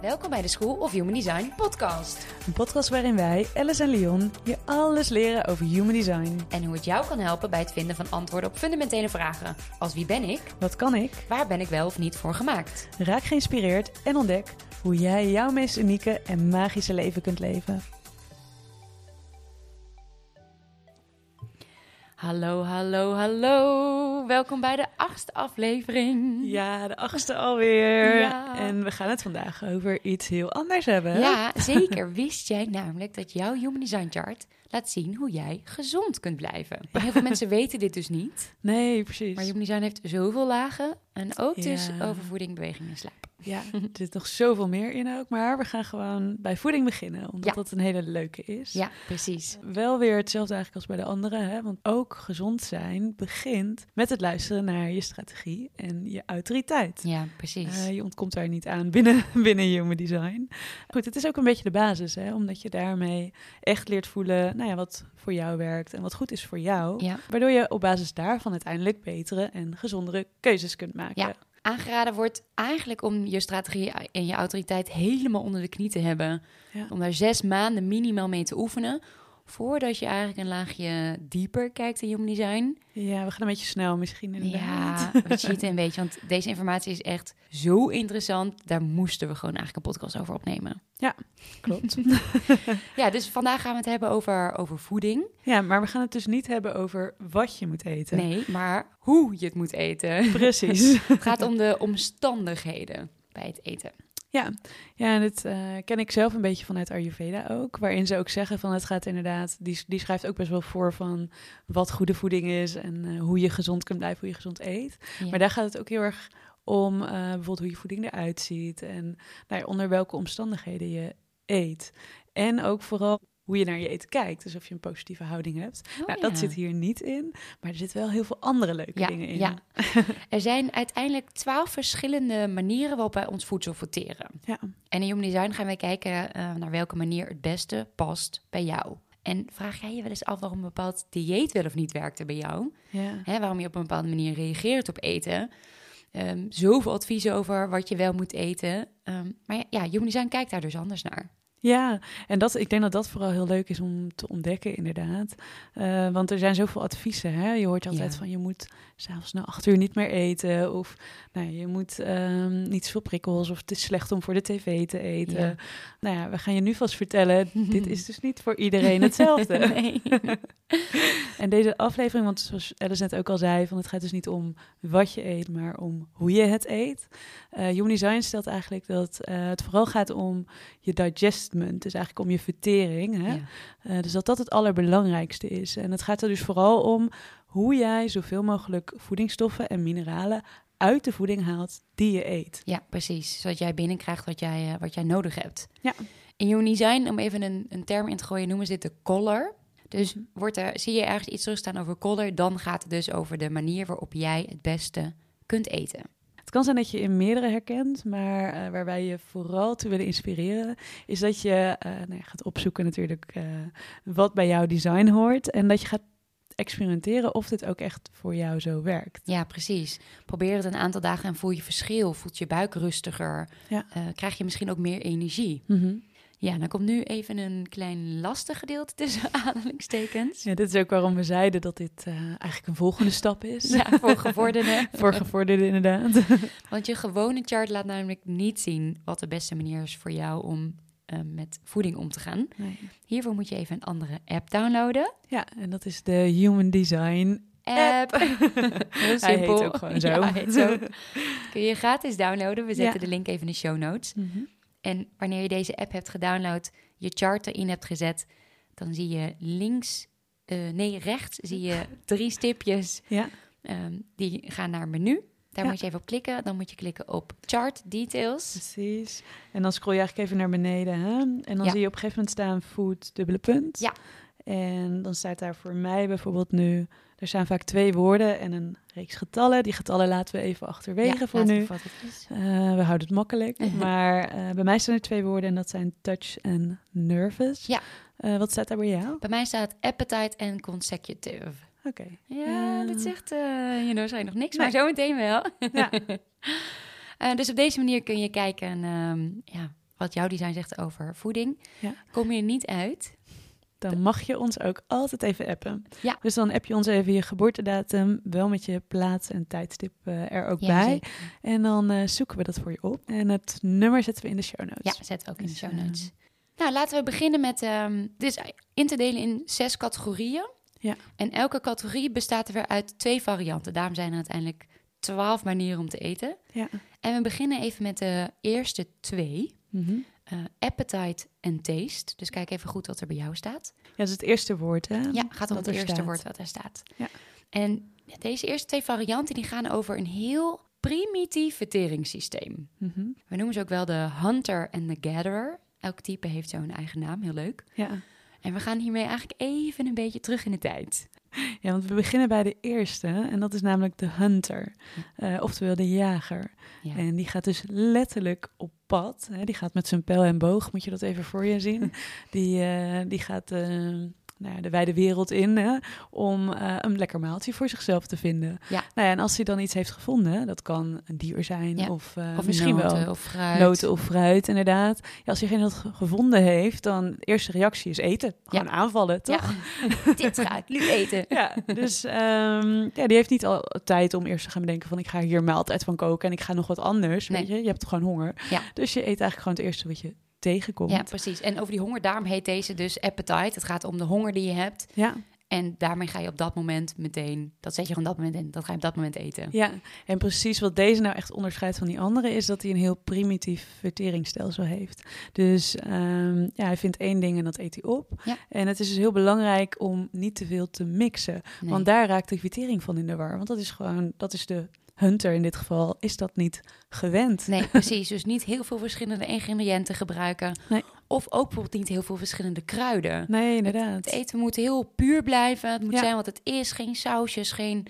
Welkom bij de School of Human Design podcast. Een podcast waarin wij, Alice en Leon, je alles leren over human design. En hoe het jou kan helpen bij het vinden van antwoorden op fundamentele vragen. Als wie ben ik? Wat kan ik? Waar ben ik wel of niet voor gemaakt? Raak geïnspireerd en ontdek hoe jij jouw meest unieke en magische leven kunt leven. Hallo, hallo, hallo. Welkom bij de 8e aflevering. Ja, de 8e alweer. Ja. En we gaan het vandaag over iets heel anders hebben. Ja, zeker. Wist jij namelijk dat jouw Human Design chart laat zien hoe jij gezond kunt blijven? Maar heel veel mensen weten dit dus niet. Nee, precies. Maar Human Design heeft zoveel lagen. En ook dus Ja. over voeding, beweging en slaap. Ja, er zit nog zoveel meer in ook. Maar we gaan gewoon bij voeding beginnen, omdat Ja. dat een hele leuke is. Ja, precies. Wel weer hetzelfde eigenlijk als bij de anderen, hè? Want ook gezond zijn begint met het luisteren naar je strategie en je autoriteit. Ja, precies. Je ontkomt daar niet aan binnen Human Design. Goed, het is ook een beetje de basis, hè? Omdat je daarmee echt leert voelen wat voor jou werkt en wat goed is voor jou. Ja. Waardoor je op basis daarvan uiteindelijk betere en gezondere keuzes kunt maken. Ja. Aangeraden wordt eigenlijk om je strategie en je autoriteit helemaal onder de knie te hebben. Ja. Om daar 6 maanden minimaal mee te oefenen. Voordat je eigenlijk een laagje dieper kijkt in Human Design. Ja, we gaan een beetje snel misschien inderdaad. Ja, we cheaten een beetje. Want deze informatie is echt zo interessant. Daar moesten we gewoon eigenlijk een podcast over opnemen. Ja, klopt. Ja, dus vandaag gaan we het hebben over voeding. Ja, maar we gaan het dus niet hebben over wat je moet eten. Nee, maar hoe je het moet eten. Precies. Het gaat om de omstandigheden bij het eten. Ja, en dat ken ik zelf een beetje vanuit Ayurveda ook. Waarin ze ook zeggen van het gaat inderdaad... Die schrijft ook best wel voor van wat goede voeding is... en hoe je gezond kunt blijven, hoe je gezond eet. Ja. Maar daar gaat het ook heel erg om bijvoorbeeld hoe je voeding eruit ziet... en onder welke omstandigheden je eet. En ook vooral hoe je naar je eten kijkt. Dus of je een positieve houding hebt. Dat zit hier niet in. Maar er zitten wel heel veel andere leuke dingen in. Ja. Er zijn uiteindelijk 12 verschillende manieren waarop wij ons voedsel verteren. Ja. En in Human Design gaan wij kijken naar welke manier het beste past bij jou. En vraag jij je wel eens af waarom een bepaald dieet wel of niet werkte bij jou? Ja. Hè, waarom je op een bepaalde manier reageert op eten? Zoveel adviezen over wat je wel moet eten. Maar ja, Human Design kijkt daar dus anders naar. Ja, en ik denk dat dat vooral heel leuk is om te ontdekken, inderdaad. Want er zijn zoveel adviezen. Hè? Je hoort altijd van je moet 's avonds na 8 uur niet meer eten. Of je moet niet te veel prikkels. Of het is slecht om voor de tv te eten. Ja. We gaan je nu vast vertellen, dit is dus niet voor iedereen hetzelfde. Nee. En deze aflevering, want zoals Alice net ook al zei, van het gaat dus niet om wat je eet, maar om hoe je het eet. Human Design stelt eigenlijk dat het vooral gaat om je digestment, dus eigenlijk om je vertering. Hè? Ja. Dus dat het allerbelangrijkste is. En het gaat er dus vooral om hoe jij zoveel mogelijk voedingsstoffen en mineralen uit de voeding haalt die je eet. Ja, precies. Zodat jij binnenkrijgt wat jij nodig hebt. Ja. In Human Design, om even een term in te gooien, noemen ze dit de color. Dus zie je ergens iets terugstaan over color, dan gaat het dus over de manier waarop jij het beste kunt eten. Het kan zijn dat je in meerdere herkent, maar waar wij je vooral te willen inspireren, is dat je gaat opzoeken natuurlijk wat bij jouw design hoort en dat je gaat experimenteren of dit ook echt voor jou zo werkt. Ja, precies. Probeer het een aantal dagen en voel je verschil. Voelt je buik rustiger. Ja. Krijg je misschien ook meer energie. Mm-hmm. Ja, dan komt nu even een klein lastig gedeelte tussen aanhalingstekens. Ja, dit is ook waarom we zeiden dat dit eigenlijk een volgende stap is. Ja, voor gevorderden. Voor gevorderden, inderdaad. Want je gewone chart laat namelijk niet zien wat de beste manier is voor jou om met voeding om te gaan. Nee. Hiervoor moet je even een andere app downloaden. Ja, en dat is de Human Design App. Heel simpel. Hij heet ook gewoon zo. Ja, hij heet zo. Kun je gratis downloaden. We zetten de link even in de show notes. Mm-hmm. En wanneer je deze app hebt gedownload, je chart erin hebt gezet, dan zie je rechts zie je 3 stipjes. Ja. Die gaan naar menu. Daar Ja. moet je even op klikken. Dan moet je klikken op chart details. Precies. En dan scroll je eigenlijk even naar beneden. Hè? En dan zie je op een gegeven moment staan food, dubbele punt. Ja. En dan staat daar voor mij bijvoorbeeld nu, er staan vaak 2 woorden en een reeks getallen. Die getallen laten we even achterwege voor nu. Wat het is. We houden het makkelijk. Maar bij mij staan er 2 woorden en dat zijn touch en nervous. Ja. Wat staat daar bij jou? Bij mij staat appetite en consecutive. Oké. Ja, dit zegt waarschijnlijk nog niks, Nee. maar zometeen wel. Ja. Dus op deze manier kun je kijken wat jouw design zegt over voeding. Ja. Kom je er niet uit... Dan mag je ons ook altijd even appen. Ja. Dus dan app je ons even je geboortedatum, wel met je plaats en tijdstip er ook Ja, bij. zeker. En dan zoeken we dat voor je op. En het nummer zetten we in de show notes. Ja, zet ook in de Dus, show notes. Nou, laten we beginnen met... dit is in te delen in 6 categorieën. Ja. En elke categorie bestaat er weer uit 2 varianten. Daarom zijn er uiteindelijk 12 manieren om te eten. Ja. En we beginnen even met de eerste 2. Mm-hmm. Appetite en taste. Dus kijk even goed wat er bij jou staat. Ja, dat is het eerste woord, hè? Ja, gaat om Wat het er eerste staat. woord wat er staat. Ja. En deze eerste 2 varianten die gaan over een heel primitief verteringssysteem. Mm-hmm. We noemen ze ook wel de hunter en de gatherer. Elk type heeft zo een eigen naam, heel leuk. Ja. En we gaan hiermee eigenlijk even een beetje terug in de tijd. Ja, want we beginnen bij de eerste. En dat is namelijk de hunter. Oftewel de jager. Ja. En die gaat dus letterlijk op pad. Hè? Die gaat met zijn pijl en boog, moet je dat even voor je zien. Die gaat de wijde wereld in, hè? Om een lekker maaltje voor zichzelf te vinden. Ja. Nou ja, en als hij dan iets heeft gevonden, dat kan een dier zijn Ja. of Of misschien noten wel of fruit. noten of fruit, inderdaad. Ja, als hij geen dat gevonden heeft, dan de eerste reactie is eten. Gewoon aanvallen, toch? Ja, dit ga ik nu eten. Ja, dus die heeft niet al tijd om eerst te gaan bedenken van ik ga hier mijn maaltijd van koken en ik ga nog wat anders. Nee. Weet je hebt gewoon honger. Ja. Dus je eet eigenlijk gewoon het eerste wat je tegenkomt. Ja, precies. En over die honger, daarom heet deze dus appetite. Het gaat om de honger die je hebt. Ja, En daarmee ga je op dat moment meteen... Dat zet je gewoon op dat moment in. Dat ga je op dat moment eten. ja, en precies wat deze nou echt onderscheidt van die andere is dat hij een heel primitief verteringsstelsel heeft. Dus hij vindt 1 ding en dat eet hij op. Ja. En het is dus heel belangrijk om niet te veel te mixen. Nee. Want daar raakt de vertering van in de war. Want dat is de hunter in dit geval, is dat niet gewend. Nee, precies. Dus niet heel veel verschillende ingrediënten gebruiken. Nee. Of ook bijvoorbeeld niet heel veel verschillende kruiden. Nee, inderdaad. Het eten moet heel puur blijven. Het moet Ja. zijn wat het is. Geen sausjes, geen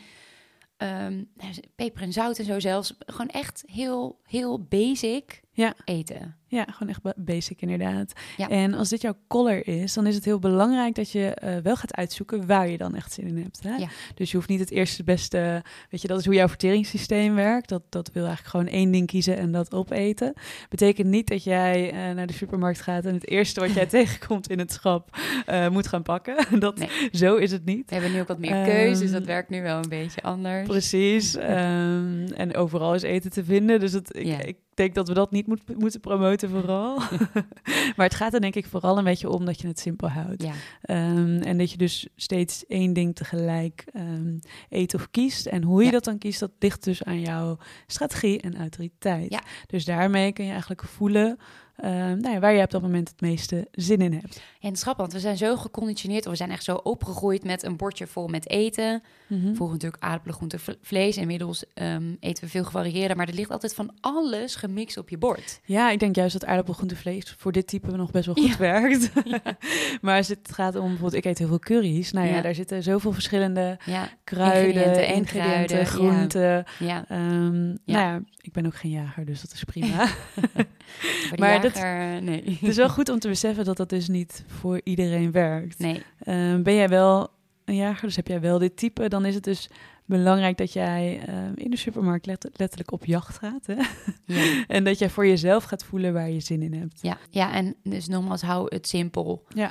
peper en zout en zo zelfs. Gewoon echt heel, heel basic Ja. eten. Ja, gewoon echt basic inderdaad. Ja. En als dit jouw color is, dan is het heel belangrijk dat je wel gaat uitzoeken waar je dan echt zin in hebt. Hè? Ja. Dus je hoeft niet het eerste beste, weet je, dat is hoe jouw verteringssysteem werkt. Dat wil eigenlijk gewoon 1 ding kiezen en dat opeten. Betekent niet dat jij naar de supermarkt gaat en het eerste wat jij tegenkomt in het schap moet gaan pakken. Nee. Zo is het niet. We hebben nu ook wat meer keus, dus dat werkt nu wel een beetje anders. Precies. En overal is eten te vinden. Dus ik denk dat we dat niet moeten promoten vooral. Maar het gaat er denk ik vooral een beetje om dat je het simpel houdt. Ja. En dat je dus steeds 1 ding tegelijk eet of kiest. En hoe je dat dan kiest, dat ligt dus aan jouw strategie en autoriteit. Ja. Dus daarmee kun je eigenlijk voelen waar je op dat moment het meeste zin in hebt. En het is grappig, want we zijn zo geconditioneerd, of we zijn echt zo opgegroeid met een bordje vol met eten. Mm-hmm. Vroeger natuurlijk aardappelen, groenten, vlees. Inmiddels eten we veel gevarieerder, maar er ligt altijd van alles gemixt op je bord. Ja, ik denk juist dat aardappelgroentevlees voor dit type nog best wel goed werkt. Ja. Maar als het gaat om, bijvoorbeeld, ik eet heel veel curry's. Nou ja, daar zitten zoveel verschillende kruiden, ingrediënten, groenten. Ja. Nou ja, ik ben ook geen jager, dus dat is prima. Maar nee. Het is wel goed om te beseffen dat dat dus niet voor iedereen werkt. Nee. Ben jij wel een jager, dus heb jij wel dit type, dan is het dus belangrijk dat jij in de supermarkt letterlijk op jacht gaat. Hè? Ja. En dat jij voor jezelf gaat voelen waar je zin in hebt. Ja, en dus nogmaals, hou het simpel. Ja.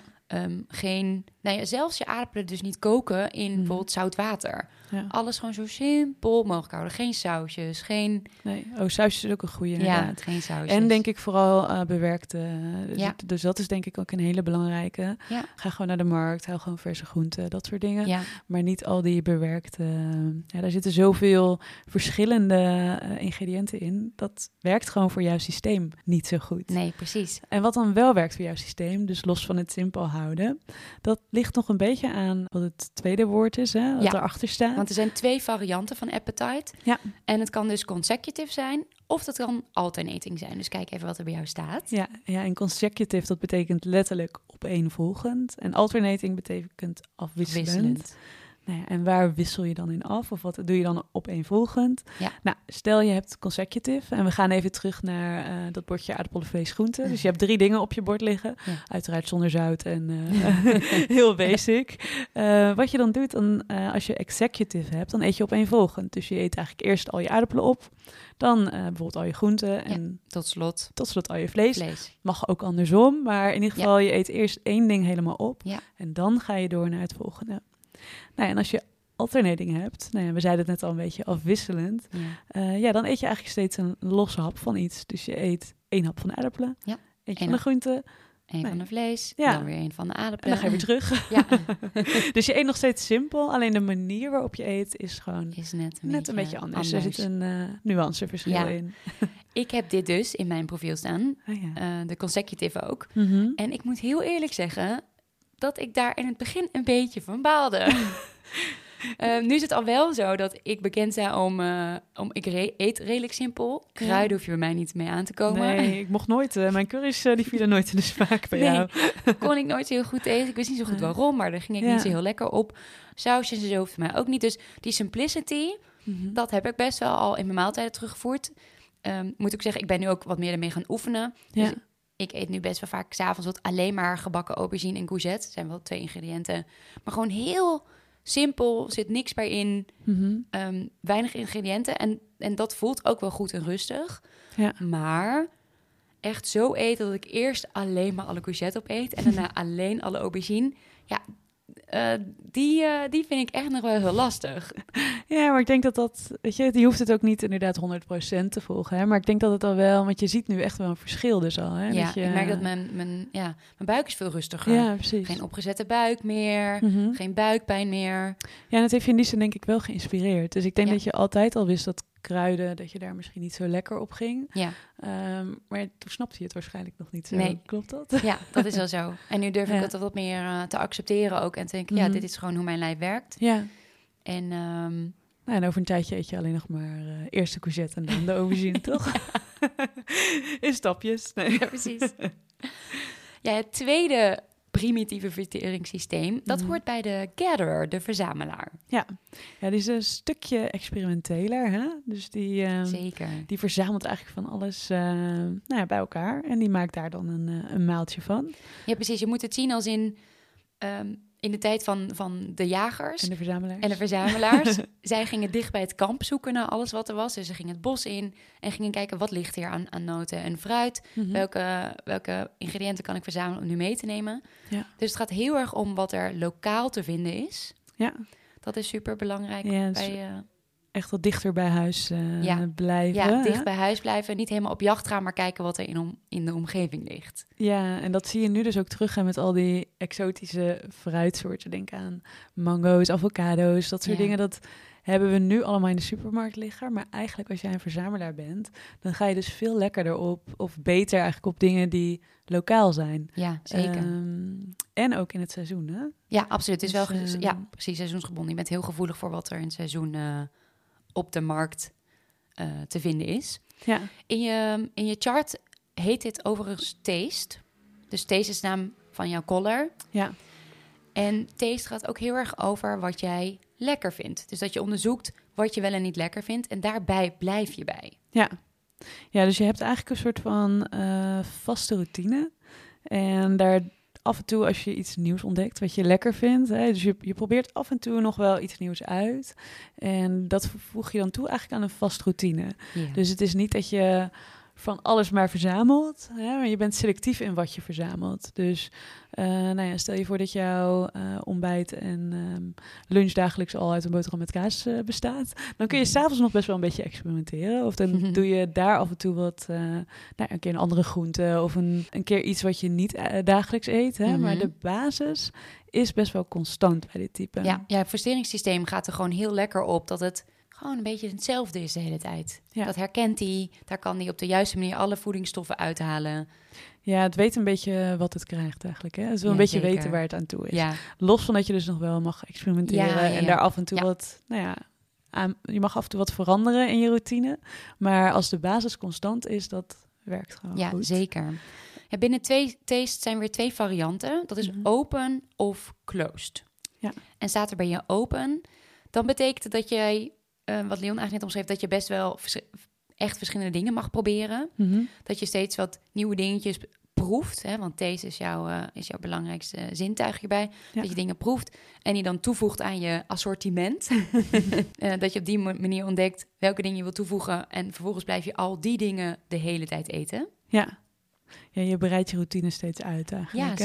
Zelfs je aardappelen dus niet koken in bijvoorbeeld zout water. Ja. Alles gewoon zo simpel mogelijk houden. Geen sausjes, geen... Nee, sausjes is ook een goede inderdaad. Ja, geen sausjes. En denk ik vooral bewerkte. Ja. Dus dat is denk ik ook een hele belangrijke. Ja. Ga gewoon naar de markt, hou gewoon verse groenten, dat soort dingen. Ja. Maar niet al die bewerkte... daar zitten zoveel verschillende ingrediënten in. Dat werkt gewoon voor jouw systeem niet zo goed. Nee, precies. En wat dan wel werkt voor jouw systeem, dus los van het simpel houden, dat ligt nog een beetje aan wat het tweede woord is, hè, wat erachter staat. Want er zijn 2 varianten van appetite. Ja. En het kan dus consecutive zijn, of dat kan alternating zijn. Dus kijk even wat er bij jou staat. Ja, en consecutive, dat betekent letterlijk opeenvolgend. En alternating betekent afwisselend. Nou ja, en waar wissel je dan in af? Of wat doe je dan opeenvolgend? Ja. Nou, stel je hebt consecutive. En we gaan even terug naar dat bordje aardappelen, vlees, groenten. Dus je hebt 3 dingen op je bord liggen. Ja. Uiteraard zonder zout en heel basic. Wat je dan doet, als je executive hebt, dan eet je opeenvolgend. Dus je eet eigenlijk eerst al je aardappelen op. Dan bijvoorbeeld al je groenten. En tot slot al je vlees. Mag ook andersom. Maar in ieder geval, je eet eerst 1 ding helemaal op. Ja. En dan ga je door naar het volgende. Nou, en als je alternating hebt, nou ja, we zeiden het net al een beetje afwisselend, dan eet je eigenlijk steeds een losse hap van iets. Dus je eet 1 hap van de aardappelen, eentje van de groenten, 1 van de vlees, dan weer 1 van de aardappelen. En dan ga je weer terug. Ja. Dus je eet nog steeds simpel, alleen de manier waarop je eet is gewoon net een beetje anders. Er zit een nuanceverschil in. Ik heb dit dus in mijn profiel staan, de consecutive ook. Mm-hmm. En ik moet heel eerlijk zeggen dat ik daar in het begin een beetje van baalde. Nu is het al wel zo dat ik bekend sta ik eet redelijk simpel. Kruiden hoef je bij mij niet mee aan te komen. Nee, ik mocht nooit. Mijn curry's die vielen nooit in de smaak bij jou. Kon ik nooit zo heel goed tegen. Ik wist niet zo goed waarom, maar daar ging ik niet zo heel lekker op. Sausjes en zo hoeft mij ook niet. Dus die simplicity, dat heb ik best wel al in mijn maaltijden teruggevoerd. Moet ik zeggen, ik ben nu ook wat meer ermee gaan oefenen. Dus ik eet nu best wel vaak 's avonds wat alleen maar gebakken aubergine en courgette. Dat zijn wel 2 ingrediënten. Maar gewoon heel simpel, zit niks bij in. Weinig ingrediënten. En dat voelt ook wel goed en rustig. Ja. Maar echt zo eten dat ik eerst alleen maar alle courgette op eet en daarna alleen alle aubergine. Ja, die vind ik echt nog wel heel lastig. Ja, maar ik denk dat weet je hoeft het ook niet inderdaad 100% te volgen. Hè? Maar ik denk dat het al wel, want je ziet nu echt wel een verschil dus al. Hè? Ja, dat ik merk dat mijn buik is veel rustiger. Ja, precies. Geen opgezette buik meer, geen buikpijn meer. Ja, en dat heeft je in die zin denk ik wel geïnspireerd. Dus ik denk dat je altijd al wist dat kruiden, dat je daar misschien niet zo lekker op ging. Ja. Maar toen snapte je het waarschijnlijk nog niet zo. Nee. Klopt dat? Ja, dat is wel zo. En nu durf ik het wat meer te accepteren ook. En te denken, dit is gewoon hoe mijn lijf werkt. Ja. En, en over een tijdje eet je alleen nog maar eerst de courgette en dan de aubergine, toch? In stapjes. Nee. Ja, precies. Het tweede primitieve verteringssysteem, dat hoort bij de gatherer, de verzamelaar. Ja, die is een stukje experimenteler, hè? Dus Zeker. Die verzamelt eigenlijk van alles bij elkaar en die maakt daar dan een maaltje van. Ja, precies. Je moet het zien als in de tijd van de jagers en de verzamelaars. Zij gingen dicht bij het kamp zoeken naar alles wat er was. Dus ze gingen het bos in en gingen kijken wat ligt hier aan noten en fruit. Welke ingrediënten kan ik verzamelen om nu mee te nemen. Ja. Dus het gaat heel erg om wat er lokaal te vinden is. Ja. Dat is super belangrijk. Ja, echt wat dichter bij huis blijven. Ja, dicht bij huis blijven. Niet helemaal op jacht gaan, maar kijken wat er in de omgeving ligt. Ja, en dat zie je nu dus ook teruggaan met al die exotische fruitsoorten. Denk aan mango's, avocado's, dat soort dingen. Dat hebben we nu allemaal in de supermarkt liggen. Maar eigenlijk als jij een verzamelaar bent, dan ga je dus veel lekkerder op, of beter eigenlijk op dingen die lokaal zijn. Ja, zeker. En ook in het seizoen, hè? Ja, absoluut. Het is dus, wel precies seizoensgebonden. Je bent heel gevoelig voor wat er in het seizoen op de markt te vinden is. Ja. In je chart heet dit overigens taste. Dus taste is de naam van jouw color. Ja. En taste gaat ook heel erg over wat jij lekker vindt. Dus dat je onderzoekt wat je wel en niet lekker vindt. En daarbij blijf je bij. Ja, dus je hebt eigenlijk een soort van vaste routine. En daar af en toe als je iets nieuws ontdekt wat je lekker vindt. Hè, dus je probeert af en toe nog wel iets nieuws uit. En dat voeg je dan toe eigenlijk aan een vast routine. Ja. Dus het is niet dat je van alles maar verzamelt. Hè, maar je bent selectief in wat je verzamelt. Dus stel je voor dat jouw ontbijt en lunch dagelijks al uit een boterham met kaas bestaat. Dan kun je 's avonds nog best wel een beetje experimenteren. Of dan doe je daar af en toe wat, een keer een andere groente. Of een keer iets wat je niet dagelijks eet. Hè, maar de basis is best wel constant bij dit type. Ja, het versteringssysteem gaat er gewoon heel lekker op dat het gewoon een beetje hetzelfde is de hele tijd. Ja. Dat herkent hij. Daar kan hij op de juiste manier alle voedingsstoffen uithalen. Ja, het weet een beetje wat het krijgt eigenlijk. Hè? Het wil een beetje weten waar het aan toe is. Ja. Los van dat je dus nog wel mag experimenteren en daar af en toe wat, je mag af en toe wat veranderen in je routine. Maar als de basis constant is, dat werkt gewoon goed. Ja, zeker. Ja, binnen 2 tastes zijn weer 2 varianten. Dat is open of closed. en staat er bij je open, dan betekent het dat jij, wat Leon eigenlijk net omschreef, dat je best wel echt verschillende dingen mag proberen. Mm-hmm. Dat je steeds wat nieuwe dingetjes proeft, hè, want taste is jouw belangrijkste zintuig hierbij. Ja. Dat je dingen proeft en die dan toevoegt aan je assortiment. Dat je op die manier ontdekt welke dingen je wil toevoegen en vervolgens blijf je al die dingen de hele tijd eten. Ja, je bereidt je routine steeds uit eigenlijk.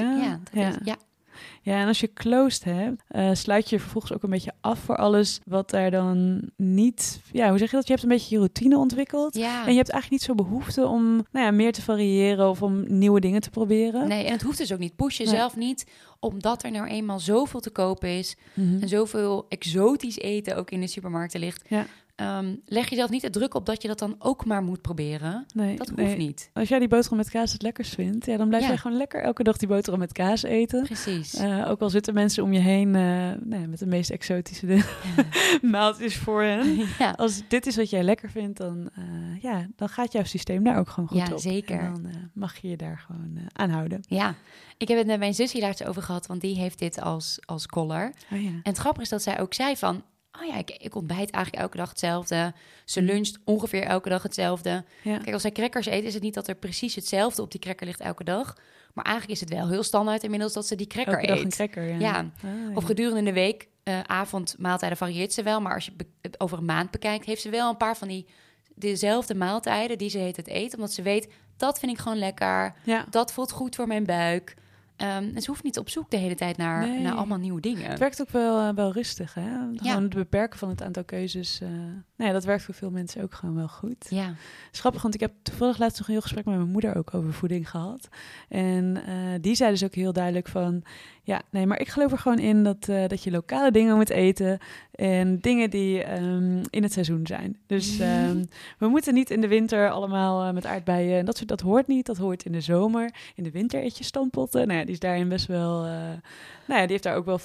Ja, en als je closed hebt, sluit je vervolgens ook een beetje af voor alles wat er dan niet... Ja, hoe zeg je dat? Je hebt een beetje je routine ontwikkeld. Ja. En je hebt eigenlijk niet zo behoefte om meer te variëren of om nieuwe dingen te proberen. Nee, en het hoeft dus ook niet. Push jezelf niet, omdat er nou eenmaal zoveel te kopen is. Mm-hmm. En zoveel exotisch eten ook in de supermarkten ligt. Ja. Leg jezelf niet de druk op dat je dat dan ook maar moet proberen. Dat hoeft niet. Als jij die boterham met kaas het lekkers vindt, dan blijf jij gewoon lekker elke dag die boterham met kaas eten. Precies. Ook al zitten mensen om je heen met de meest exotische maaltjes voor hen. Ja. Als dit is wat jij lekker vindt, dan gaat jouw systeem daar ook gewoon goed op. Ja, zeker. En dan mag je je daar gewoon aan houden. Ja, ik heb het met mijn zusje daar over gehad, want die heeft dit als collar. Oh, ja. En het grappige is dat zij ook zei van... ik ontbijt eigenlijk elke dag hetzelfde. Ze luncht ongeveer elke dag hetzelfde. Ja. Kijk, als zij crackers eet, is het niet dat er precies hetzelfde op die cracker ligt elke dag. Maar eigenlijk is het wel heel standaard inmiddels dat ze die cracker elke eet. Dag een cracker, ja. Ja. Of gedurende de week, avondmaaltijden varieert ze wel. Maar als je het over een maand bekijkt, heeft ze wel een paar van dezelfde maaltijden die ze het eet. Omdat ze weet, dat vind ik gewoon lekker. Ja. Dat voelt goed voor mijn buik. En ze hoeft niet op zoek de hele tijd naar allemaal nieuwe dingen. Het werkt ook wel rustig, hè? Gewoon het beperken van het aantal keuzes. Dat werkt voor veel mensen ook gewoon wel goed. Ja. Grappig, want ik heb toevallig laatst nog een heel gesprek met mijn moeder ook over voeding gehad. En die zei dus ook heel duidelijk van... maar ik geloof er gewoon in dat je lokale dingen moet eten. En dingen die in het seizoen zijn. Dus we moeten niet in de winter allemaal met aardbeien. En dat hoort niet. Dat hoort in de zomer. In de winter eet je stampotten. Die is daarin best wel... die heeft daar ook wel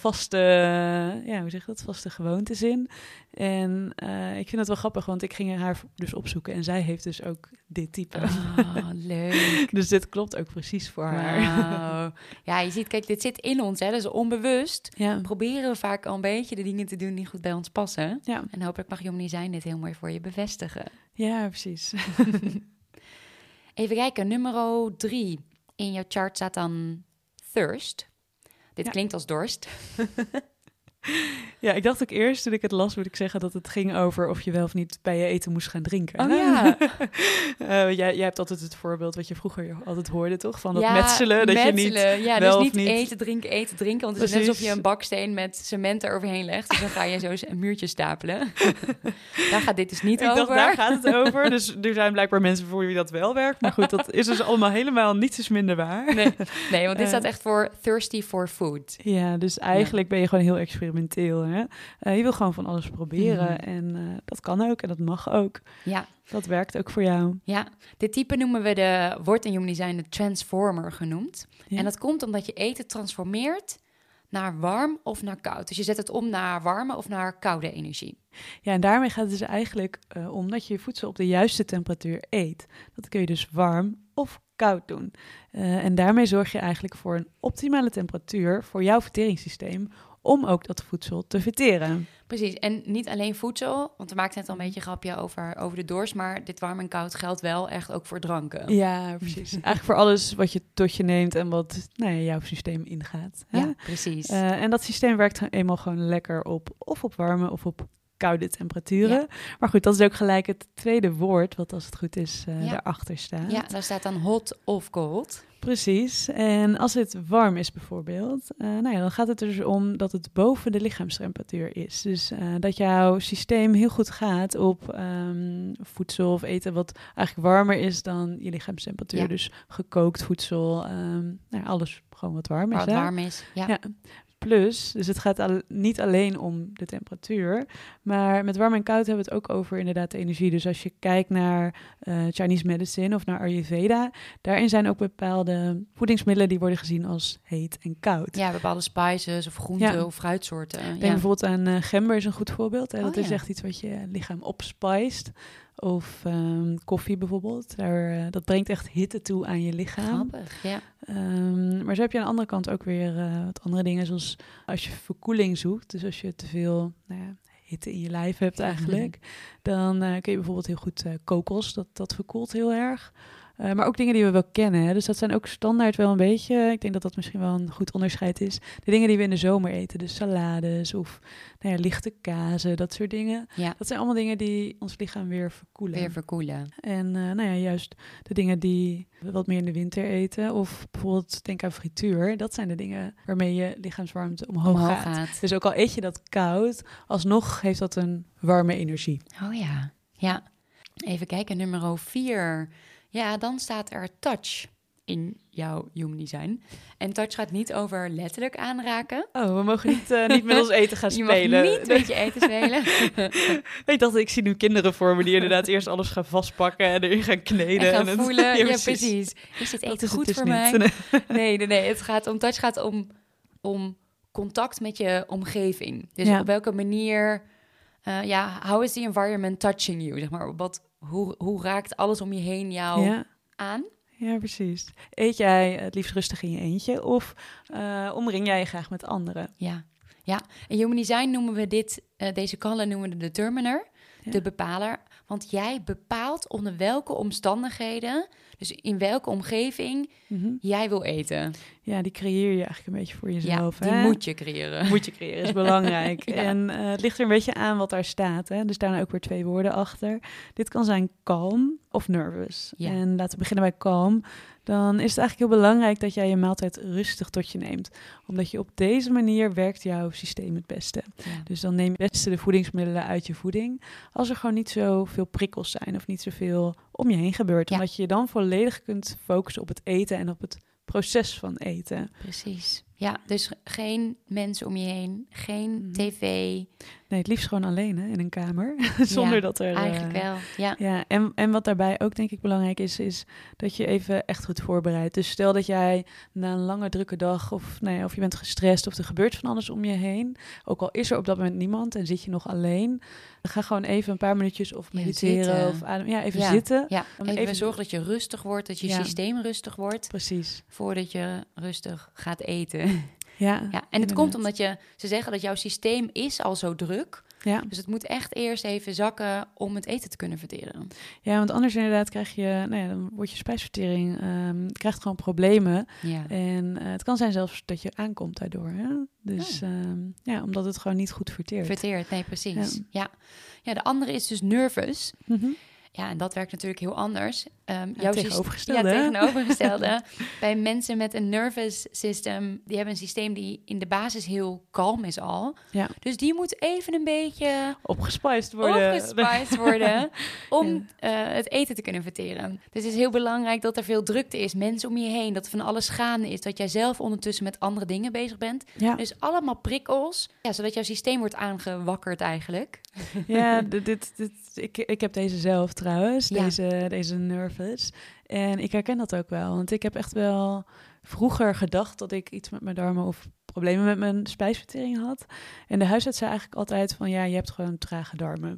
vaste gewoontes in. En ik vind het wel grappig, want ik ging haar dus opzoeken. En zij heeft dus ook dit type. Oh, leuk. Dus dit klopt ook precies voor haar. Ja, je ziet, kijk, dit zit in ons, hè. Dus onbewust proberen we vaak al een beetje de dingen te doen die goed bij ons passen. Ja. En hopelijk mag Jomini zijn dit heel mooi voor je bevestigen. Ja, precies. Even kijken, nummer 3 in jouw chart staat dan thirst. Dit klinkt als dorst. Ja, ik dacht ook eerst, toen ik het las, moet ik zeggen dat het ging over of je wel of niet bij je eten moest gaan drinken. Oh ja. Jij hebt altijd het voorbeeld wat je vroeger altijd hoorde, toch? Van dat metselen, dat je niet wel dus niet eten, drinken. Want het is net alsof je een baksteen met cement eroverheen legt. Dus dan ga je zo een muurtje stapelen. Daar gaat dit dus niet over. Ik dacht, daar gaat het over. Dus er zijn blijkbaar mensen voor wie dat wel werkt. Maar goed, dat is dus allemaal helemaal niets minder waar. Nee, want dit staat echt voor thirsty for food. Ja, dus eigenlijk ben je gewoon heel experimenteel, hè? Je wil gewoon van alles proberen en dat kan ook en dat mag ook. Ja. Dat werkt ook voor jou. Ja, dit type noemen we wordt in Human Design de transformer genoemd. Ja. En dat komt omdat je eten transformeert naar warm of naar koud. Dus je zet het om naar warme of naar koude energie. Ja, en daarmee gaat het dus eigenlijk om dat je je voedsel op de juiste temperatuur eet. Dat kun je dus warm of koud doen. En daarmee zorg je eigenlijk voor een optimale temperatuur voor jouw verteringssysteem om ook dat voedsel te verteren. Precies, en niet alleen voedsel, want we maakten net al een beetje een grapje over de dorst, maar dit warm en koud geldt wel echt ook voor dranken. Ja, precies. Eigenlijk voor alles wat je tot je neemt en wat jouw systeem ingaat. Hè? Ja, precies. En dat systeem werkt eenmaal gewoon lekker op warme of op koude temperaturen. Ja. Maar goed, dat is ook gelijk het tweede woord, wat als het goed is daarachter staat. Ja, daar staat dan hot of cold. Precies. En als het warm is bijvoorbeeld, dan gaat het er dus om dat het boven de lichaamstemperatuur is. Dus dat jouw systeem heel goed gaat op voedsel of eten wat eigenlijk warmer is dan je lichaamstemperatuur. Ja. Dus gekookt voedsel, alles gewoon wat warm is. Wat warm is, ja. Plus, dus het gaat niet alleen om de temperatuur, maar met warm en koud hebben we het ook over inderdaad de energie. Dus als je kijkt naar Chinese medicine of naar Ayurveda, daarin zijn ook bepaalde voedingsmiddelen die worden gezien als heet en koud. Ja, bepaalde spices of groenten of fruitsoorten. Denk bijvoorbeeld aan gember is een goed voorbeeld. Hè? Dat is echt iets wat je lichaam opspiced. Of koffie bijvoorbeeld. Dat brengt echt hitte toe aan je lichaam. Grappig, ja. Maar zo heb je aan de andere kant ook weer wat andere dingen. Zoals als je verkoeling zoekt. Dus als je te veel hitte in je lijf hebt eigenlijk. Dan kun je bijvoorbeeld heel goed kokos. Dat verkoelt heel erg. Maar ook dingen die we wel kennen. Hè? Dus dat zijn ook standaard wel een beetje... Ik denk dat dat misschien wel een goed onderscheid is. De dingen die we in de zomer eten. Dus salades of lichte kazen, dat soort dingen. Ja. Dat zijn allemaal dingen die ons lichaam weer verkoelen. En juist de dingen die we wat meer in de winter eten. Of bijvoorbeeld denk aan frituur. Dat zijn de dingen waarmee je lichaamswarmte omhoog gaat. Dus ook al eet je dat koud, alsnog heeft dat een warme energie. Oh ja, ja. Even kijken, nummer 4... Ja, dan staat er touch in jouw human design. En touch gaat niet over letterlijk aanraken. Oh, we mogen niet met ons eten gaan spelen. Je mag niet met je eten spelen. Ik zie nu kinderen voor me die inderdaad eerst alles gaan vastpakken en erin gaan kneden. En gaan voelen. Ja, precies. Is dit eten goed voor mij? Nee. Touch gaat om contact met je omgeving. Dus op welke manier... how is the environment touching you? Zeg maar, hoe raakt alles om je heen jou aan? Ja, precies. Eet jij het liefst rustig in je eentje of omring jij je graag met anderen? Ja. In Human Design noemen we deze column noemen we de determiner, de bepaler. Want jij bepaalt onder welke omstandigheden, dus in welke omgeving jij wil eten. Ja, die creëer je eigenlijk een beetje voor jezelf. Ja, die moet je creëren. Moet je creëren, is belangrijk. Ja. En het ligt er een beetje aan wat daar staat. Hè? Er staan ook weer 2 woorden achter. Dit kan zijn calm of nervous. Ja. En laten we beginnen bij calm. Dan is het eigenlijk heel belangrijk dat jij je maaltijd rustig tot je neemt. Omdat je op deze manier werkt jouw systeem het beste. Ja. Dus dan neem je het beste de voedingsmiddelen uit je voeding. Als er gewoon niet zoveel prikkels zijn of niet zoveel om je heen gebeurt. Ja. Omdat je je dan volledig kunt focussen op het eten en op het proces van eten. Precies. Ja, dus geen mensen om je heen, geen tv. Nee, het liefst gewoon alleen in een kamer. Zonder dat er... Eigenlijk wel, ja. En wat daarbij ook denk ik belangrijk is dat je even echt goed voorbereidt. Dus stel dat jij na een lange drukke dag of je bent gestrest of er gebeurt van alles om je heen. Ook al is er op dat moment niemand en zit je nog alleen. Ga gewoon even een paar minuutjes of mediteren of ademen. Ja, zitten. Ja, even zorgen dat je rustig wordt, dat je systeem rustig wordt. Precies. Voordat je rustig gaat eten. Ja, en het inderdaad. Komt omdat ze zeggen dat jouw systeem is al zo druk. Ja. Dus het moet echt eerst even zakken om het eten te kunnen verteren. Ja, want anders inderdaad krijg je, dan wordt je spijsvertering, krijgt gewoon problemen. Ja. En het kan zijn zelfs dat je aankomt daardoor. Hè? Dus omdat het gewoon niet goed verteert. Verteert, nee, precies. Ja, de andere is dus nervous. Mm-hmm. Ja, en dat werkt natuurlijk heel anders. Tegenovergestelde. Bij mensen met een nervous system, die hebben een systeem die in de basis heel kalm is al. Ja. Dus die moet even een beetje... Opgespiced worden om het eten te kunnen verteren. Dus het is heel belangrijk dat er veel drukte is. Mensen om je heen, dat er van alles gaande is. Dat jij zelf ondertussen met andere dingen bezig bent. Ja. Dus allemaal prikkels, zodat jouw systeem wordt aangewakkerd eigenlijk. Ja, ik heb deze zelf trouwens, deze nervous. En ik herken dat ook wel, want ik heb echt wel vroeger gedacht dat ik iets met mijn darmen of problemen met mijn spijsvertering had. En de huisarts zei eigenlijk altijd van, je hebt gewoon trage darmen.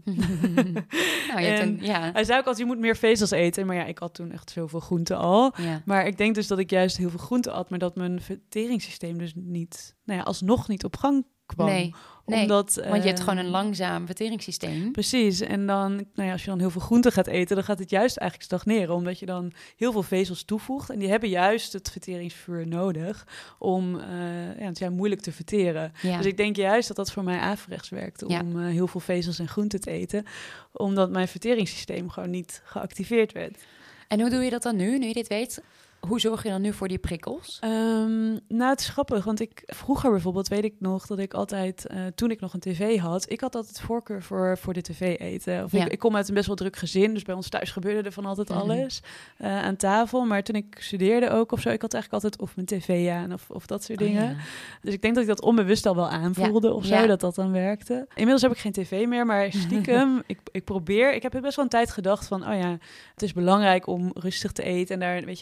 Hij zei ook altijd, je moet meer vezels eten. Maar ik had toen echt zoveel groenten al. Ja. Maar ik denk dus dat ik juist heel veel groenten at, maar dat mijn verteringssysteem dus niet, alsnog niet op gang kwam. Nee, want je hebt gewoon een langzaam verteringssysteem. Precies, en dan, als je dan heel veel groenten gaat eten, dan gaat het juist eigenlijk stagneren, omdat je dan heel veel vezels toevoegt. En die hebben juist het verteringsvuur nodig om het is moeilijk te verteren. Ja. Dus ik denk juist dat dat voor mij averechts werkt, om heel veel vezels en groenten te eten, omdat mijn verteringssysteem gewoon niet geactiveerd werd. En hoe doe je dat dan nu je dit weet? Hoe zorg je dan nu voor die prikkels? Het is grappig, want vroeger bijvoorbeeld weet ik nog dat ik altijd, toen ik nog een tv had, ik had altijd voorkeur voor de tv eten. Of ik kom uit een best wel druk gezin, dus bij ons thuis gebeurde er van altijd alles aan tafel. Maar toen ik studeerde ook of zo, ik had eigenlijk altijd of mijn tv aan of dat soort dingen. Ja. Dus ik denk dat ik dat onbewust al wel aanvoelde of zo, dat dan werkte. Inmiddels heb ik geen tv meer, maar stiekem, ik heb best wel een tijd gedacht van, het is belangrijk om rustig te eten. En daar, ik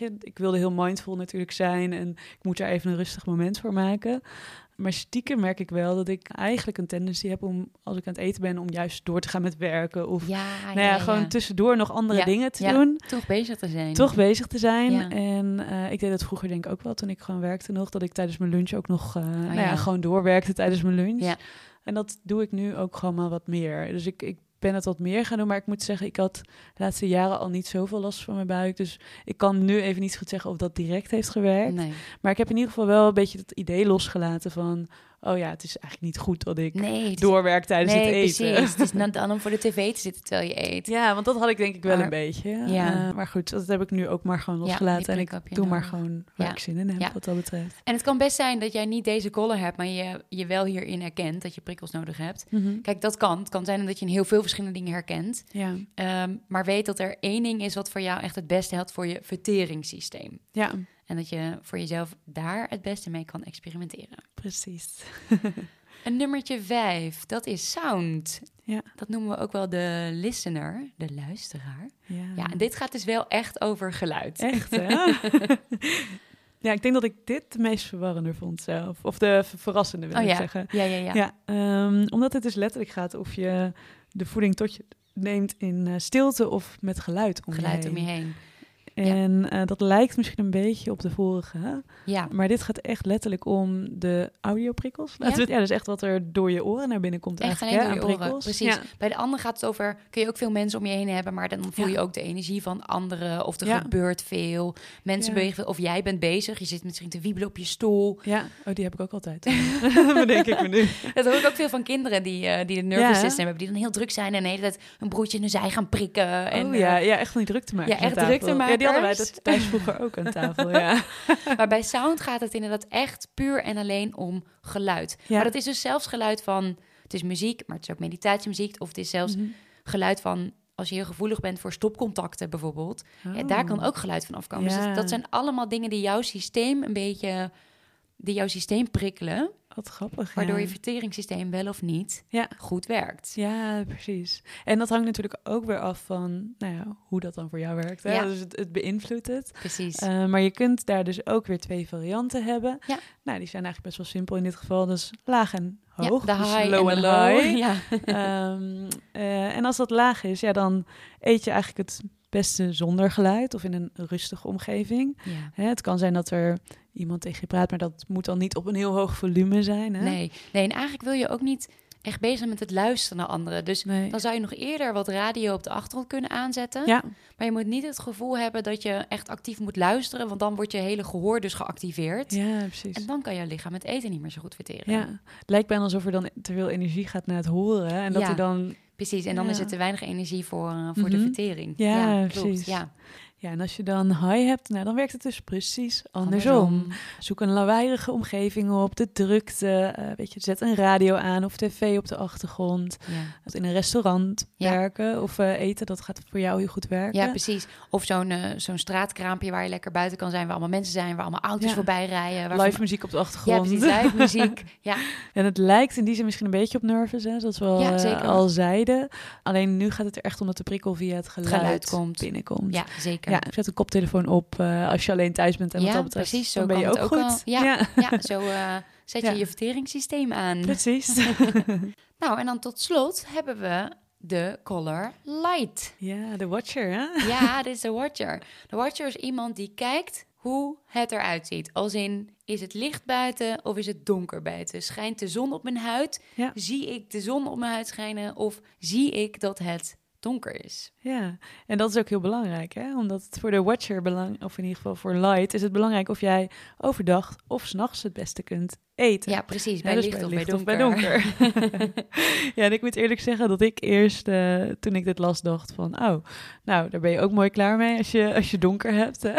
wilde heel mindful natuurlijk zijn en ik moet daar even een rustig moment voor maken. Maar stiekem merk ik wel dat ik eigenlijk een tendency heb om, als ik aan het eten ben, om juist door te gaan met werken. Of gewoon tussendoor nog andere dingen te doen. Toch bezig te zijn. Ja. En ik deed dat vroeger denk ik ook wel toen ik gewoon werkte nog. Dat ik tijdens mijn lunch ook nog gewoon doorwerkte tijdens mijn lunch. Ja. En dat doe ik nu ook gewoon maar wat meer. Dus ik ben het wat meer gaan doen. Maar ik moet zeggen, ik had de laatste jaren al niet zoveel last van mijn buik. Dus ik kan nu even niet goed zeggen of dat direct heeft gewerkt. Nee. Maar ik heb in ieder geval wel een beetje het idee losgelaten van... oh ja, het is eigenlijk niet goed dat ik doorwerk tijdens het eten. Nee, precies. Het is dan om voor de tv te zitten terwijl je eet. Ja, want dat had ik denk ik wel een beetje. Ja. Maar goed, dat heb ik nu ook maar gewoon losgelaten. En ik doe maar gewoon waar ik zin in heb, wat dat betreft. En het kan best zijn dat jij niet deze collar hebt, maar je wel hierin herkent dat je prikkels nodig hebt. Mm-hmm. Kijk, dat kan. Het kan zijn dat je in heel veel verschillende dingen herkent. Ja. Maar weet dat er één ding is wat voor jou echt het beste helpt voor je verteringssysteem. Ja. En dat je voor jezelf daar het beste mee kan experimenteren. Precies. En nummertje 5, dat is sound. Ja. Dat noemen we ook wel de listener, de luisteraar. Ja, en dit gaat dus wel echt over geluid. Echt, hè? Ja, ik denk dat ik dit de meest verwarrende vond zelf. Of de verrassende, wil ik zeggen. Ja. Omdat het dus letterlijk gaat of je de voeding tot je neemt in stilte of met geluid om je heen. En dat lijkt misschien een beetje op de vorige. Ja. Maar dit gaat echt letterlijk om de audioprikkels. Dus echt wat er door je oren naar binnen komt. Echt alleen door je oren, prikkels. Precies. Ja. Bij de andere gaat het over, kun je ook veel mensen om je heen hebben, maar dan voel je ook de energie van anderen. Of er gebeurt veel. Mensen bewegen veel. Of jij bent bezig. Je zit misschien te wiebelen op je stoel. Ja, die heb ik ook altijd. Bedenk ik me nu. Dat hoor ik ook veel van kinderen die de nervous system hebben. Die dan heel druk zijn en de hele tijd een broertje in hun zij gaan prikken. En, echt van die druk te maken. Ja, echt druk te maken. Die hadden wij dat thuis vroeger ook aan tafel, Maar bij sound gaat het inderdaad echt puur en alleen om geluid. Ja. Maar dat is dus zelfs geluid van... Het is muziek, maar het is ook meditatiemuziek. Of het is zelfs geluid van... Als je heel gevoelig bent voor stopcontacten bijvoorbeeld. Oh. Ja, daar kan ook geluid van afkomen. Ja. Dus dat zijn allemaal dingen die jouw systeem een beetje... Die jouw systeem prikkelen. Wat grappig, waardoor je verteringssysteem wel of niet goed werkt. Ja, precies. En dat hangt natuurlijk ook weer af van hoe dat dan voor jou werkt. Hè? Ja. Dus het beïnvloedt het. Precies. Maar je kunt daar dus ook weer 2 varianten hebben. Ja. Nou, die zijn eigenlijk best wel simpel in dit geval. Dus laag en hoog. Ja, de dus high low en de high. Ja. En als dat laag is, dan eet je eigenlijk het beste zonder geluid of in een rustige omgeving. Ja. Het kan zijn dat er iemand tegen je praat, maar dat moet dan niet op een heel hoog volume zijn. Hè? Nee, en eigenlijk wil je ook niet echt bezig zijn met het luisteren naar anderen. Dus dan zou je nog eerder wat radio op de achtergrond kunnen aanzetten. Ja. Maar je moet niet het gevoel hebben dat je echt actief moet luisteren, want dan wordt je hele gehoor dus geactiveerd. Ja, precies. En dan kan je lichaam het eten niet meer zo goed verteren. Ja, het lijkt bijna alsof er dan te veel energie gaat naar het horen. En dat er dan... Precies, en dan is er te weinig energie voor de vertering. Ja, precies. Klopt, Ja, en als je dan high hebt, dan werkt het dus precies andersom. Zoek een lawaaiige omgeving op, de drukte. Zet een radio aan of tv op de achtergrond. Ja. In een restaurant werken of eten, dat gaat voor jou heel goed werken. Ja, precies. Of zo'n straatkraampje waar je lekker buiten kan zijn, waar allemaal mensen zijn, waar allemaal auto's voorbij rijden. Live muziek op de achtergrond. Ja, precies, live muziek. Ja. En het lijkt in die zin misschien een beetje op nervous, hè, zoals we al zeiden. Alleen nu gaat het er echt om dat de prikkel via het geluid binnenkomt. Ja, zeker. Ja, zet een koptelefoon op als je alleen thuis bent. En wat dat betreft, precies, zo dan ben je ook goed. Zo zet je je verteringssysteem aan. Precies. Nou, en dan tot slot hebben we de color light. Ja, de watcher, hè? Ja, dit is de watcher. De watcher is iemand die kijkt hoe het eruit ziet. Als in, is het licht buiten of is het donker buiten? Schijnt de zon op mijn huid? Ja. Zie ik de zon op mijn huid schijnen? Of zie ik dat het donker is? Ja, en dat is ook heel belangrijk, hè? Omdat het voor de watcher of in ieder geval voor light, is het belangrijk of jij overdag of 's nachts het beste kunt eten. Ja, precies. Bij licht of bij donker. Ja, en ik moet eerlijk zeggen dat ik eerst, toen ik dit las, dacht van, nou, daar ben je ook mooi klaar mee als je donker hebt. Hè?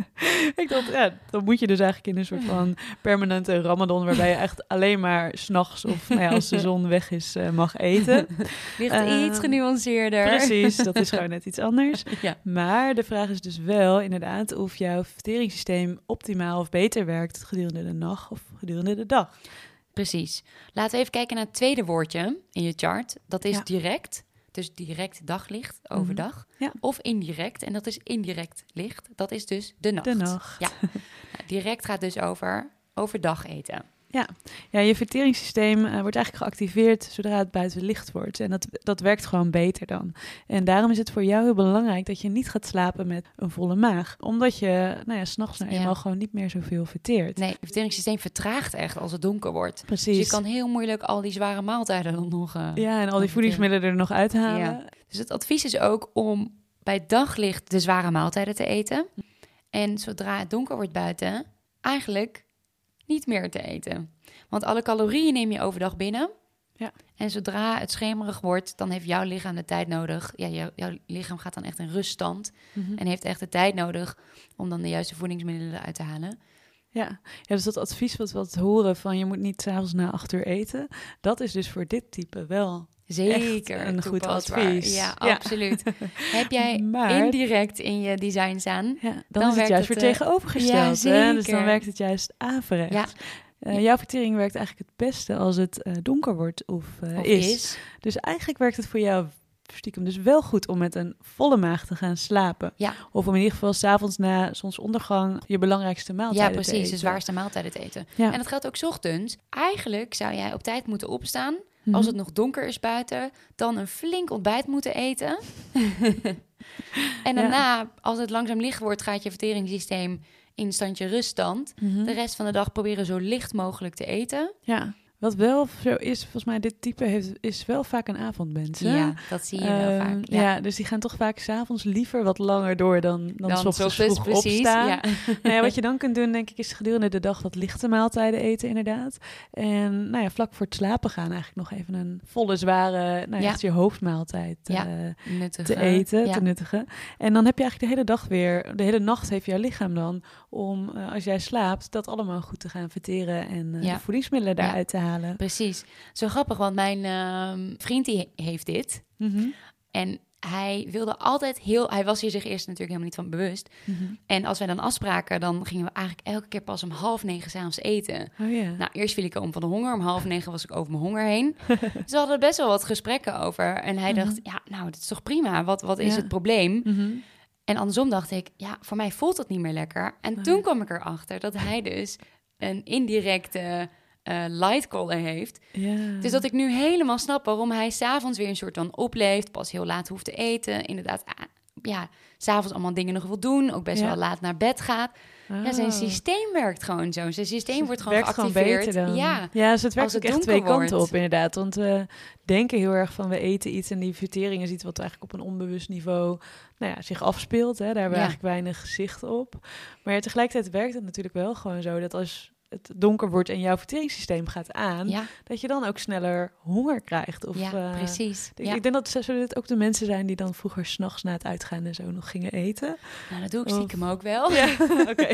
Ik dacht, dan moet je dus eigenlijk in een soort van permanente Ramadan, waarbij je echt alleen maar 's nachts of als de zon weg is, mag eten. Ligt iets genuanceerder. Precies, dat is gewoon net iets anders. Ja. Maar de vraag is dus wel inderdaad of jouw verteringssysteem optimaal of beter werkt gedurende de nacht of gedurende de dag. Precies. Laten we even kijken naar het tweede woordje in je chart. Dat is direct. dus direct daglicht overdag. Ja. Of indirect, en dat is indirect licht. Dat is dus de nacht. De nacht. Ja. Nou, direct gaat dus over dag eten. Ja, je verteringssysteem wordt eigenlijk geactiveerd zodra het buiten licht wordt. En dat werkt gewoon beter dan. En daarom is het voor jou heel belangrijk dat je niet gaat slapen met een volle maag. Omdat je 's nachts nou eenmaal gewoon niet meer zoveel verteert. Nee, het verteringssysteem vertraagt echt als het donker wordt. Precies. Dus je kan heel moeilijk al die zware maaltijden dan nog... en al die voedingsmiddelen er nog uithalen. Ja. Dus het advies is ook om bij daglicht de zware maaltijden te eten. En zodra het donker wordt buiten, eigenlijk niet meer te eten. Want alle calorieën neem je overdag binnen. Ja. En zodra het schemerig wordt, dan heeft jouw lichaam de tijd nodig. Ja, jouw lichaam gaat dan echt in ruststand. En heeft echt de tijd nodig om dan de juiste voedingsmiddelen eruit te halen. Ja, dus dat advies wat we horen van je moet niet 's avonds na 8 uur eten. Dat is dus voor dit type wel zeker een goed advies. Ja, absoluut. Heb jij indirect in je design staan? Ja, dan is het juist weer tegenovergesteld. Ja, dus dan werkt het juist averechts. Ja. Jouw vertering werkt eigenlijk het beste als het donker wordt of is. Dus eigenlijk werkt het voor jou stiekem dus wel goed om met een volle maag te gaan slapen. Ja. Of om in ieder geval 's avonds na zonsondergang je belangrijkste maaltijden te eten. Ja, precies, de zwaarste maaltijden te eten. Ja. En dat geldt ook 's ochtends. Eigenlijk zou jij op tijd moeten opstaan. Als het nog donker is buiten, dan een flink ontbijt moeten eten. En daarna, als het langzaam licht wordt, gaat je verteringssysteem in standje ruststand. De rest van de dag proberen zo licht mogelijk te eten. Ja. Wat wel zo is, volgens mij, dit type is wel vaak een avondmens. Hè? Ja, dat zie je wel vaak. Ja, dus die gaan toch vaak 's avonds liever wat langer door dan 's ochtends vroeg precies, opstaan. Ja. Wat je dan kunt doen, denk ik, is gedurende de dag wat lichte maaltijden eten, inderdaad. En vlak voor het slapen gaan eigenlijk nog even een volle, zware, echt je hoofdmaaltijd te eten, te nuttigen. En dan heb je eigenlijk de hele dag weer, de hele nacht heeft jouw lichaam dan om, als jij slaapt, dat allemaal goed te gaan verteren en de voedingsmiddelen daaruit te halen. Precies. Zo grappig, want mijn vriend die heeft dit. En hij wilde altijd hij was hier zich eerst natuurlijk helemaal niet van bewust. En als wij dan afspraken, dan gingen we eigenlijk elke keer pas om 8:30 s'avonds eten. Oh, yeah. Nou, eerst viel ik om van de honger. Om 8:30 was ik over mijn honger heen. Dus we hadden best wel wat gesprekken over. En hij dacht, dit is toch prima? Wat is het probleem? En andersom dacht ik, voor mij voelt het niet meer lekker. En toen kwam ik erachter dat hij dus een indirecte lightcaller heeft. Ja. Dus dat ik nu helemaal snap waarom hij 's avonds weer een soort van opleeft, pas heel laat hoeft te eten. Inderdaad, 's avonds allemaal dingen nog wil doen, ook best wel laat naar bed gaat. Ja, zijn systeem werkt gewoon zo. Zijn systeem wordt gewoon geactiveerd. Gewoon beter dan. Ja, dus het werkt ook echt twee kanten op, inderdaad. Want we denken heel erg van, we eten iets en die vertering is iets wat eigenlijk op een onbewust niveau zich afspeelt. Hè. Daar hebben we eigenlijk weinig zicht op. Maar tegelijkertijd werkt het natuurlijk wel gewoon zo dat als het donker wordt en jouw verteringssysteem gaat aan, dat je dan ook sneller honger krijgt. Of, precies. Ik denk dat het ook de mensen zijn die dan vroeger 's nachts na het uitgaan en zo nog gingen eten. Nou, dat doe ik stiekem ook wel. Ja, oké.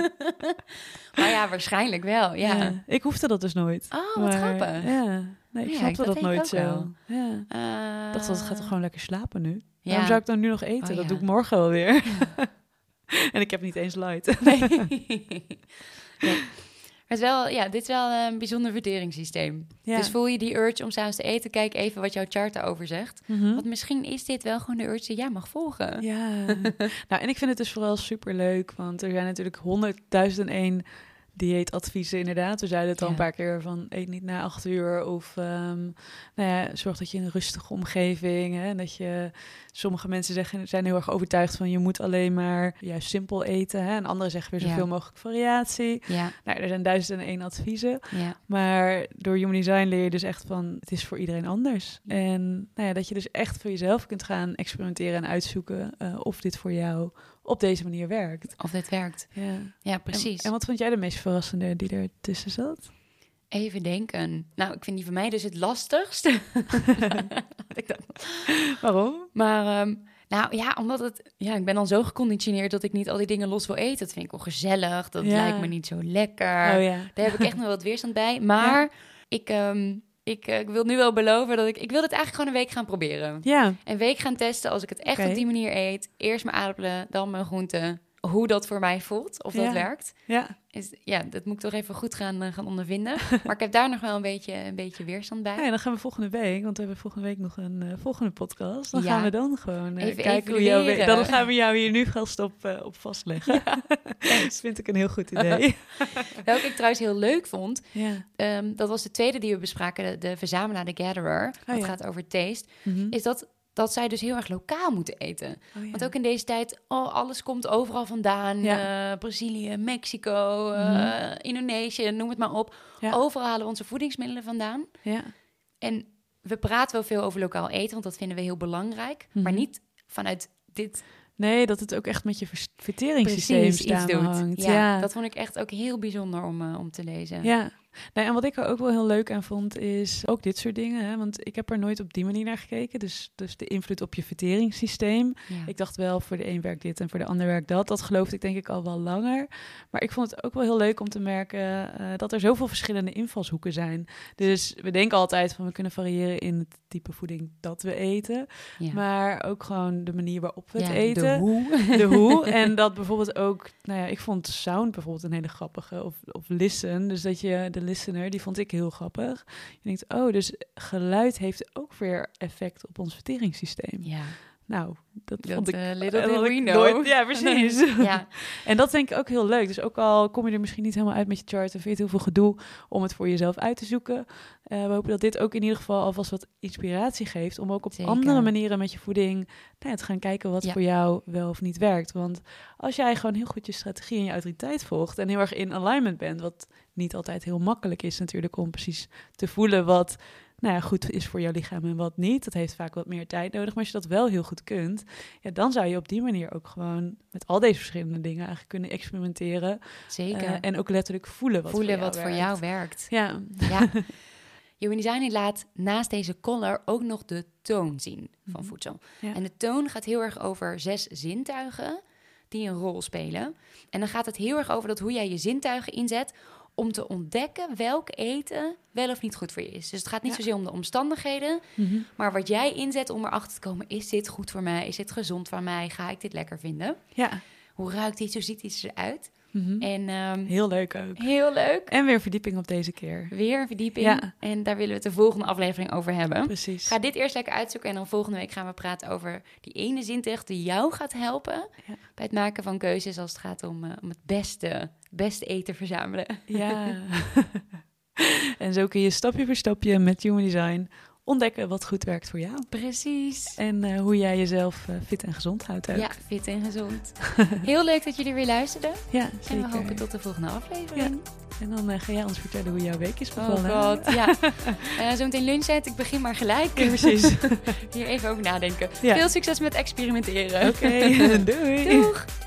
Maar waarschijnlijk wel, ja. Ik hoefde dat dus nooit. Oh, wat grappig. Ja, nee, ik snapte dat nooit zo. Wel. Ja. Ik dacht, dat gaat toch gewoon lekker slapen nu? Ja. Waarom zou ik dan nu nog eten? Dat doe ik morgen wel weer. En ik heb niet eens light. Nee. Maar dit is wel een bijzonder verteringssysteem. Ja. Dus voel je die urge om 's avonds te eten, kijk even wat jouw chart daarover zegt. Want misschien is dit wel gewoon de urge die jij mag volgen. Ja, en ik vind het dus vooral superleuk, want er zijn natuurlijk 100.001 dieetadviezen inderdaad. We zeiden het al een paar keer van eet niet na 8 uur of zorg dat je in een rustige omgeving. Hè, en dat je, sommige mensen zijn heel erg overtuigd van je moet alleen maar juist simpel eten. Hè, en anderen zeggen weer zoveel mogelijk variatie. Ja. Er zijn 1001 adviezen. Ja. Maar door Human Design leer je dus echt van het is voor iedereen anders. En dat je dus echt voor jezelf kunt gaan experimenteren en uitzoeken of dit voor jou op deze manier werkt. Of dit werkt. Ja, precies. En wat vond jij de meest verrassende die er tussen zat? Even denken. Nou, ik vind die voor mij dus het lastigst. Waarom? Maar omdat het... Ja, ik ben dan zo geconditioneerd dat ik niet al die dingen los wil eten. Dat vind ik wel gezellig. Dat lijkt me niet zo lekker. Oh, ja. Daar heb ik echt nog wat weerstand bij. Maar ik wil nu wel beloven dat ik wil dit eigenlijk gewoon een week gaan proberen. Ja. Een week gaan testen als ik het echt op die manier eet. Eerst mijn aardappelen, dan mijn groenten. hoe dat voor mij voelt, of dat werkt. Ja. Dat moet ik toch even goed gaan ondervinden. Maar ik heb daar nog wel een beetje weerstand bij. Ja, dan gaan we volgende week, want we hebben volgende week nog een volgende podcast. Dan gaan we dan gewoon even kijken hoe jouw week... Dan gaan we jou hier nu vast op vastleggen. Ja. Dat vind ik een heel goed idee. Welke ik trouwens heel leuk vond, dat was de tweede die we bespraken, de verzamelaar, de gatherer. Dat gaat over taste. Is dat zij dus heel erg lokaal moeten eten. Want ook in deze tijd, alles komt overal vandaan. Brazilië, Mexico, Indonesië, noem het maar op. Ja. Overal halen we onze voedingsmiddelen vandaan. Ja. En we praten wel veel over lokaal eten, want dat vinden we heel belangrijk. Maar niet vanuit dit... Nee, dat het ook echt met je verteringssysteem samenhangt. Ja, dat vond ik echt ook heel bijzonder om te lezen. Ja. Nou, en wat ik er ook wel heel leuk aan vond, is ook dit soort dingen. Hè? Want ik heb er nooit op die manier naar gekeken. Dus de invloed op je verteringssysteem. Ja. Ik dacht wel, voor de een werkt dit en voor de ander werkt dat. Dat geloofde ik denk ik al wel langer. Maar ik vond het ook wel heel leuk om te merken dat er zoveel verschillende invalshoeken zijn. Dus we denken altijd van we kunnen variëren in het type voeding dat we eten. Ja. Maar ook gewoon de manier waarop we het eten. De hoe. En dat bijvoorbeeld ook, ik vond sound bijvoorbeeld een hele grappige. Of listen. Dus dat je de listener, die vond ik heel grappig. Je denkt, dus geluid heeft ook weer effect op ons verteringssysteem. Ja. Nou, dat vond ik... little did we know. Ja, precies. Ja. En dat denk ik ook heel leuk. Dus ook al kom je er misschien niet helemaal uit met je chart en vind je het heel veel gedoe om het voor jezelf uit te zoeken. We hopen dat dit ook in ieder geval alvast wat inspiratie geeft om ook op andere manieren met je voeding te gaan kijken wat voor jou wel of niet werkt. Want als jij gewoon heel goed je strategie en je autoriteit volgt en heel erg in alignment bent, wat niet altijd heel makkelijk is natuurlijk om precies te voelen wat goed is voor jouw lichaam en wat niet. Dat heeft vaak wat meer tijd nodig. Maar als je dat wel heel goed kunt, dan zou je op die manier ook gewoon met al deze verschillende dingen eigenlijk kunnen experimenteren. Zeker. En ook letterlijk voelen wat voor jou werkt. Ja. Human Design laat naast deze color ook nog de toon zien van voedsel. Ja. En de toon gaat heel erg over 6 zintuigen die een rol spelen. En dan gaat het heel erg over hoe jij je zintuigen inzet om te ontdekken welk eten wel of niet goed voor je is. Dus het gaat niet zozeer om de omstandigheden, maar wat jij inzet om erachter te komen, is dit goed voor mij? Is dit gezond voor mij? Ga ik dit lekker vinden? Ja. Hoe ruikt iets? Hoe ziet iets eruit? En, heel leuk ook. Heel leuk. En weer verdieping op deze keer. Weer een verdieping. Ja. En daar willen we het de volgende aflevering over hebben. Precies. Ga dit eerst lekker uitzoeken en dan volgende week gaan we praten over die ene zintuig die jou gaat helpen bij het maken van keuzes als het gaat om het beste eten verzamelen. Ja. En zo kun je stapje voor stapje met Human Design ontdekken wat goed werkt voor jou. Precies. En hoe jij jezelf fit en gezond houdt ook. Ja, fit en gezond. Heel leuk dat jullie weer luisterden. Ja, zeker. En we hopen tot de volgende aflevering. Ja. En dan ga jij ons vertellen hoe jouw week is bevallen. Oh god, ja. Zometeen lunchtijd. Ik begin maar gelijk. Ja, precies. Hier even over nadenken. Ja. Veel succes met experimenteren. Oké, doei. Doeg.